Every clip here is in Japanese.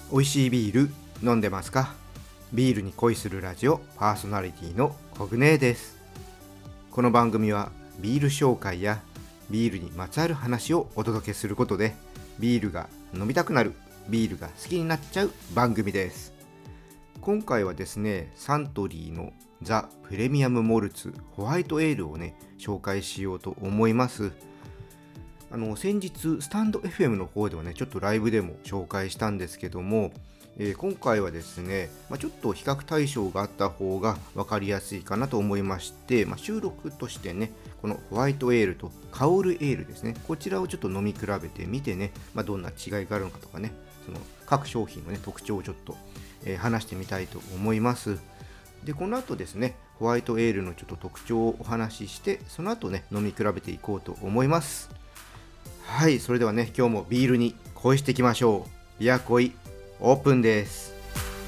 美味しいビール飲んでますか？ビールに恋するラジオパーソナリティのコグネです。この番組はビール紹介やビールにまつわる話をお届けすることで、ビールが飲みたくなる、ビールが好きになっちゃう番組です。今回はですね、サントリーのザ・プレミアムモルツホワイトエールをね紹介しようと思います。先日スタンド FM の方ではねちょっとライブでも紹介したんですけども、今回はですね、ちょっと比較対象があった方が分かりやすいかなと思いまして、収録としてねこのホワイトエールとカオルエールですね、こちらをちょっと飲み比べてみてね、どんな違いがあるのかとかね、その各商品のね特徴をちょっと、話してみたいと思います。でこの後ですねホワイトエールのちょっと特徴をお話しして、その後ね飲み比べていこうと思います。はい、それではね今日もビールに恋していきましょう。ビア恋オープンです。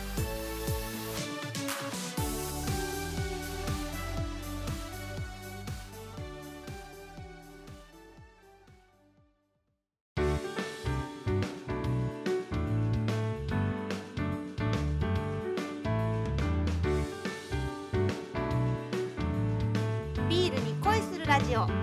ビールに恋するラジオ。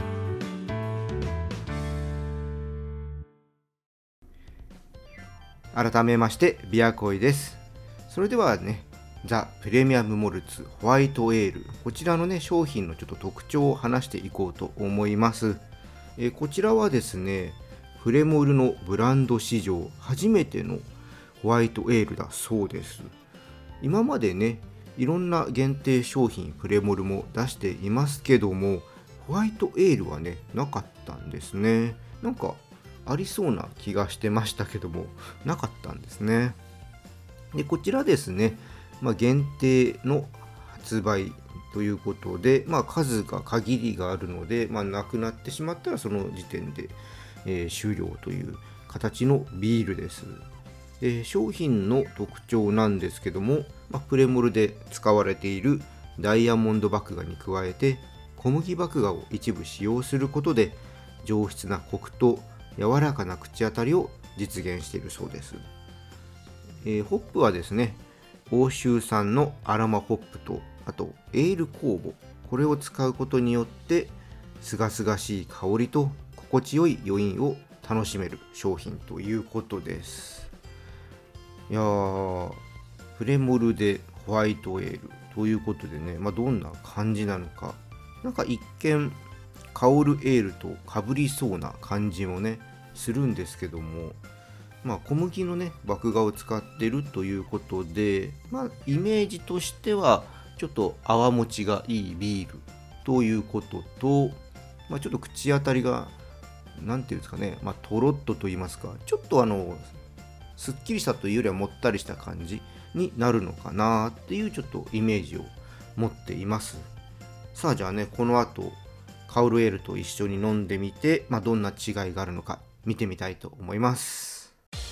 改めましてビア恋です。それではねザ・プレミアムモルツホワイトエール、こちらのね商品のちょっと特徴を話していこうと思います。こちらはですねプレモルのブランド史上初めてのホワイトエールだそうです。今までねいろんな限定商品プレモルも出していますけども、ホワイトエールはねなかったんですね。なんかありそうな気がしてましたけどもなかったんですね。でこちらですね、限定の発売ということで、数が限りがあるので、なくなってしまったらその時点で、終了という形のビールです。商品の特徴なんですけども、プレモルで使われているダイヤモンド麦芽に加えて小麦麦芽を一部使用することで上質なコクと柔らかな口当たりを実現しているそうです。ホップはですね欧州産のアロマホップと、あとエール酵母、これを使うことによってすがすがしい香りと心地よい余韻を楽しめる商品ということです。いやー、プレモルでホワイトエールということでね、どんな感じなのか、なんか一見カオルエールとかぶりそうな感じもねするんですけども、小麦のね麦芽を使ってるということで、イメージとしてはちょっと泡持ちがいいビールということと、ちょっと口当たりがなんていうんですかね、とろっとと言いますか、ちょっとすっきりしたというよりはもったりした感じになるのかなっていうちょっとイメージを持っています。さあじゃあねこの後カオルエールと一緒に飲んでみて、どんな違いがあるのか見てみたいと思います。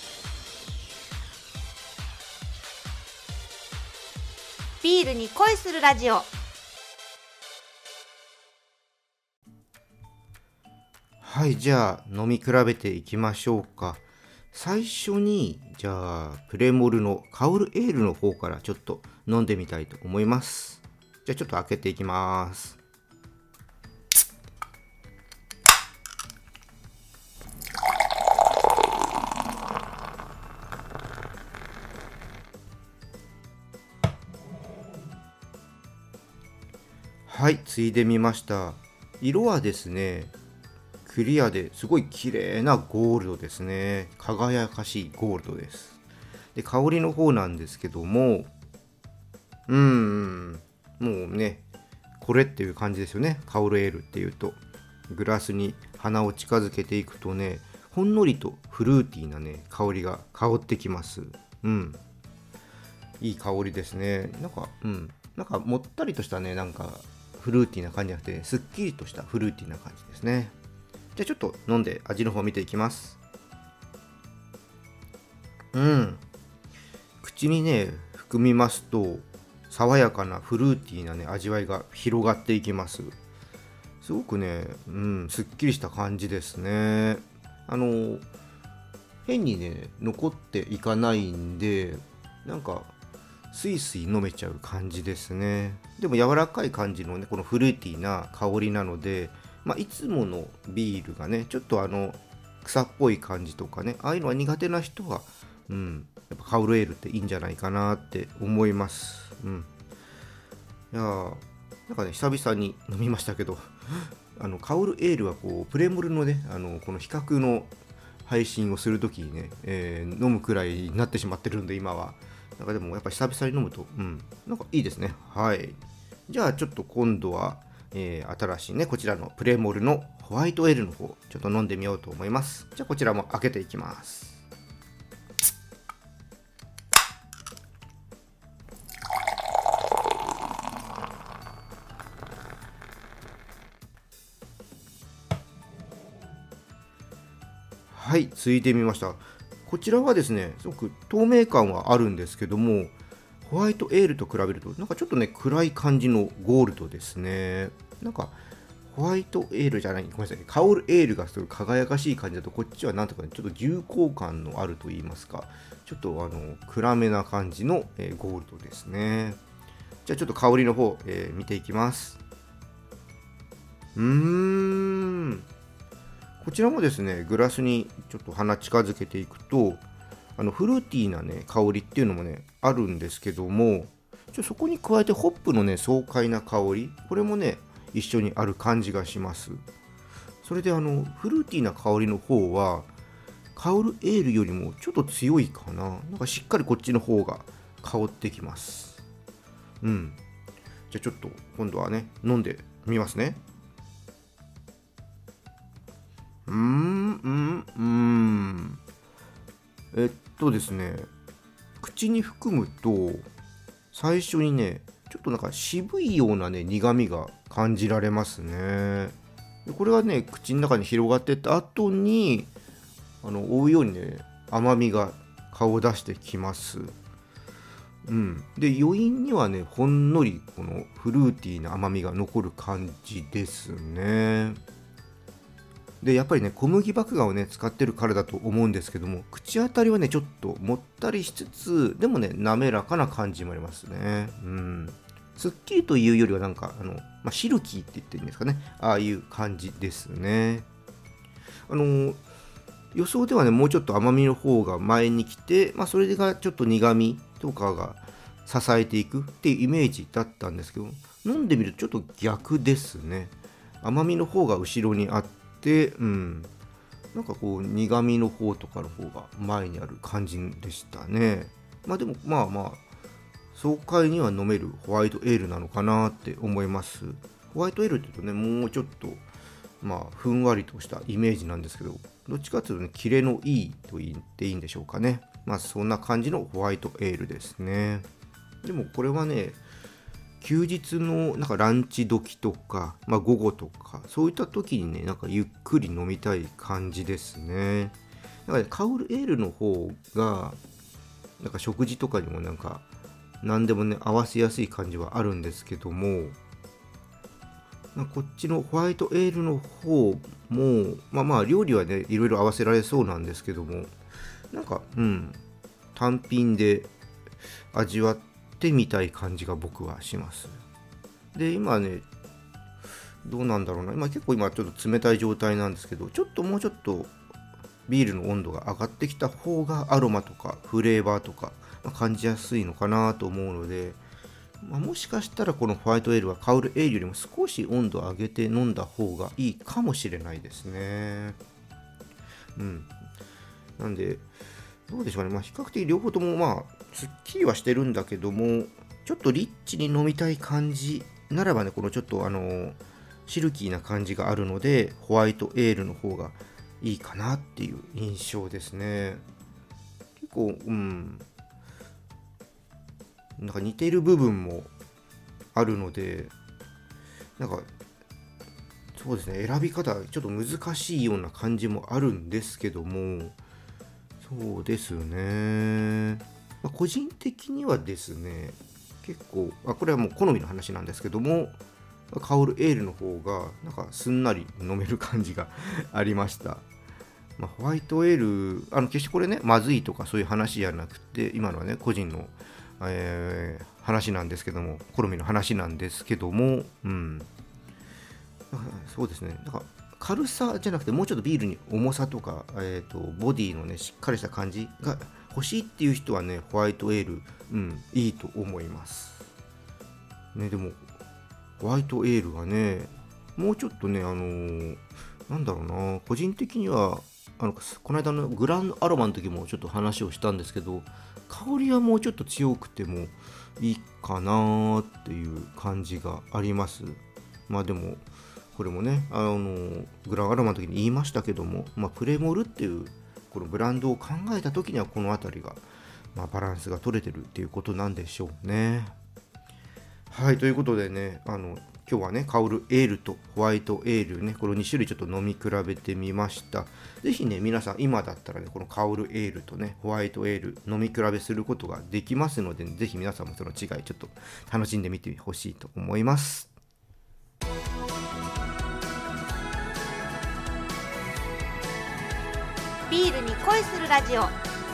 ビールに恋するラジオ。 はい、じゃあ飲み比べていきましょうか。最初にじゃあプレモルのカオルエールの方からちょっと飲んでみたいと思います。じゃあちょっと開けていきます。はい、ついでみました。色はですねクリアですごい綺麗なゴールドですね。輝かしいゴールドです。で香りの方なんですけども、もうねこれっていう感じですよね。カオルエールっていうとグラスに鼻を近づけていくとね、ほんのりとフルーティーなね香りが香ってきます。いい香りですね。なんかもったりとしたね、なんかフルーティーな感じじゃなくて、すっきりとしたフルーティーな感じですね。じゃあちょっと飲んで味の方見ていきます。口にね含みますと爽やかなフルーティーなね味わいが広がっていきます。すごくね、すっきりした感じですね。 変にね残っていかないんで、なんかスイスイ飲めちゃう感じですね。でも柔らかい感じのねこのフルーティーな香りなので、いつものビールがねちょっと草っぽい感じとかね、ああいうのは苦手な人はやっぱカウルエールっていいんじゃないかなって思います。いやー、なんかね久々に飲みましたけどカウルエールはこうプレモルのねこの比較の配信をするときにね、飲むくらいになってしまってるんで今は。なんかでもやっぱ久々に飲むとなんかいいですね。はい。じゃあちょっと今度は、新しいねこちらのプレモルのホワイトエールの方ちょっと飲んでみようと思います。じゃあこちらも開けていきます。はい、ついてみました。こちらはですね、すごく透明感はあるんですけども、ホワイトエールと比べると、なんかちょっとね、暗い感じのゴールドですね。なんか、ホワイトエールじゃない、ごめんなさい、カウルエールがすごい輝かしい感じだと、こっちはなんとかね、ちょっと重厚感のあると言いますか、ちょっと暗めな感じの、ゴールドですね。じゃあちょっと香りの方、見ていきます。こちらもですね、グラスにちょっと鼻近づけていくと、フルーティーなね、香りっていうのもね、あるんですけども、そこに加えてホップのね、爽快な香り、これもね、一緒にある感じがします。それでフルーティーな香りの方は、カウルエールよりもちょっと強いかな。なんかしっかりこっちの方が香ってきます。じゃあちょっと今度はね、飲んでみますね。ですね、口に含むと最初にねちょっとなんか渋いようなね苦味が感じられますね。でこれがね口の中に広がってった後に追うようにね甘みが顔を出してきます。で余韻にはねほんのりこのフルーティーな甘みが残る感じですね。でやっぱりね小麦麦芽をね使ってるからだと思うんですけども、口当たりはねちょっともったりしつつでもね滑らかな感じもありますね。すっきりというよりはなんかシルキーって言っていいんですかね、ああいう感じですね。予想ではねもうちょっと甘みの方が前に来て、それがちょっと苦味とかが支えていくっていうイメージだったんですけど、飲んでみるとちょっと逆ですね。甘みの方が後ろにあってなんかこう苦味の方とかの方が前にある感じでしたね。でも爽快には飲めるホワイトエールなのかなって思います。ホワイトエールって言うとねもうちょっとふんわりとしたイメージなんですけど、どっちかっていうとねキレのいいと言っていいんでしょうかね。そんな感じのホワイトエールですね。でもこれはね休日のなんかランチ時とか、午後とかそういった時にねなんかゆっくり飲みたい感じですね。だからねカウルエールの方がなんか食事とかにもなんか何でもね合わせやすい感じはあるんですけども、こっちのホワイトエールの方も料理はねいろいろ合わせられそうなんですけども、なんか単品で味わってみたい感じが僕はします。で今ねどうなんだろうな、結構今ちょっと冷たい状態なんですけど、もうちょっとビールの温度が上がってきた方がアロマとかフレーバーとか感じやすいのかなと思うので、もしかしたらこのホワイトエールはカウルエールよりも少し温度を上げて飲んだ方がいいかもしれないですね。なんでどうでしょうね、比較的両方ともすっきりはしてるんだけども、ちょっとリッチに飲みたい感じならばねこのちょっとシルキーな感じがあるのでホワイトエールの方がいいかなっていう印象ですね。結構なんか似ている部分もあるので、なんかそうですね選び方ちょっと難しいような感じもあるんですけども、そうですね、個人的にはですね結構これはもう好みの話なんですけども、カウルエールの方がなんかすんなり飲める感じがありました。 ホワイトエール、決してこれね、まずいとかそういう話じゃなくて、今のはね、個人の、話なんですけども、好みの話なんですけども、そうですね、なんか軽さじゃなくて、もうちょっとビールに重さとか、ボディのね、しっかりした感じが欲しいっていう人はね、ホワイトエール、いいと思います。ね、でも、ホワイトエールはね、もうちょっとね、なんだろうな、個人的には、この間のグランドアロマの時もちょっと話をしたんですけど、香りはもうちょっと強くてもいいかなっていう感じがあります。でも、これもね、グランアロマの時に言いましたけども、プレモルっていうこのブランドを考えた時にはこの辺りが、バランスが取れてるっていうことなんでしょうね。はい、ということでね、今日はね、香るエールとホワイトエールね、この2種類ちょっと飲み比べてみました。ぜひね、皆さん今だったらね、この香るエールとね、ホワイトエール飲み比べすることができますので、ぜひ皆さんもその違いちょっと楽しんでみてほしいと思います。 ビールに恋するラジオ。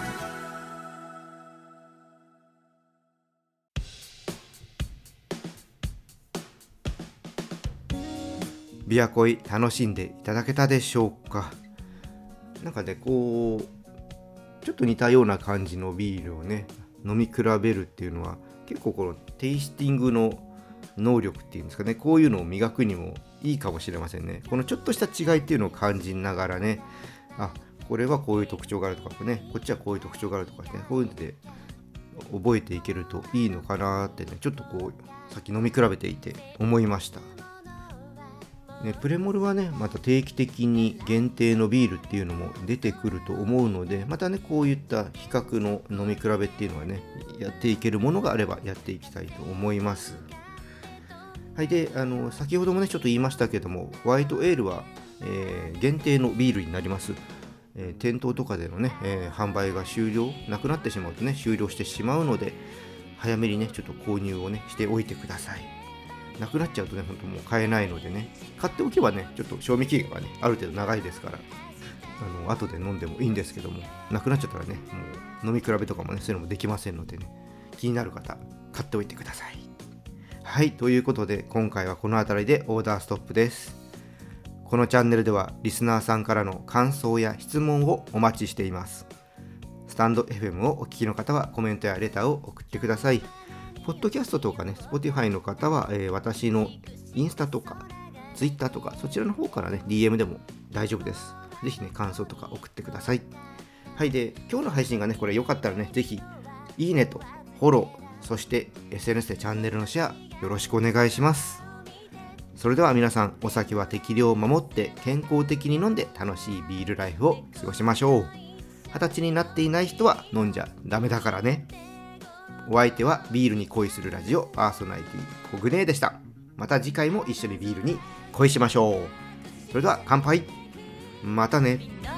ビア恋楽しんでいただけたでしょうか。なんかね、こうちょっと似たような感じのビールをね飲み比べるっていうのは結構このテイスティングの能力っていうんですかね、こういうのを磨くにもいいかもしれませんね。このちょっとした違いっていうのを感じながらね、これはこういう特徴があるとかね、こっちはこういう特徴があるとかね、こういうので覚えていけるといいのかなってね、ちょっとこうさっき飲み比べていて思いました。ね、プレモルはね、また定期的に限定のビールっていうのも出てくると思うので、またね、こういった比較の飲み比べっていうのはね、やっていけるものがあればやっていきたいと思います。はい、で、先ほどもね、ちょっと言いましたけども、ホワイトエールは、限定のビールになります。店頭とかでのね、販売がなくなってしまうとね、終了してしまうので、早めにね、ちょっと購入をね、しておいてください。なくなっちゃうとね、本当もう買えないのでね、買っておけばね、ちょっと賞味期限がね、ある程度長いですから、後で飲んでもいいんですけども、なくなっちゃったらね、もう飲み比べとかもね、そういうのもできませんのでね、気になる方、買っておいてください。はい、ということで、今回はこの辺りでオーダーストップです。このチャンネルでは、リスナーさんからの感想や質問をお待ちしています。スタンド FM をお聞きの方は、コメントやレターを送ってください。ポッドキャストとかね、Spotify の方は、私のインスタとか Twitter とかそちらの方からね、DM でも大丈夫です。ぜひね、感想とか送ってください。はい、で、今日の配信がね、これ良かったらね、ぜひ、いいねとフォロー、そして SNS でチャンネルのシェア、よろしくお願いします。それでは皆さん、お酒は適量を守って健康的に飲んで楽しいビールライフを過ごしましょう。20歳になっていない人は飲んじゃダメだからね。お相手はビールに恋するラジオパーソナリティコグネーでした。また次回も一緒にビールに恋しましょう。それでは乾杯。またね。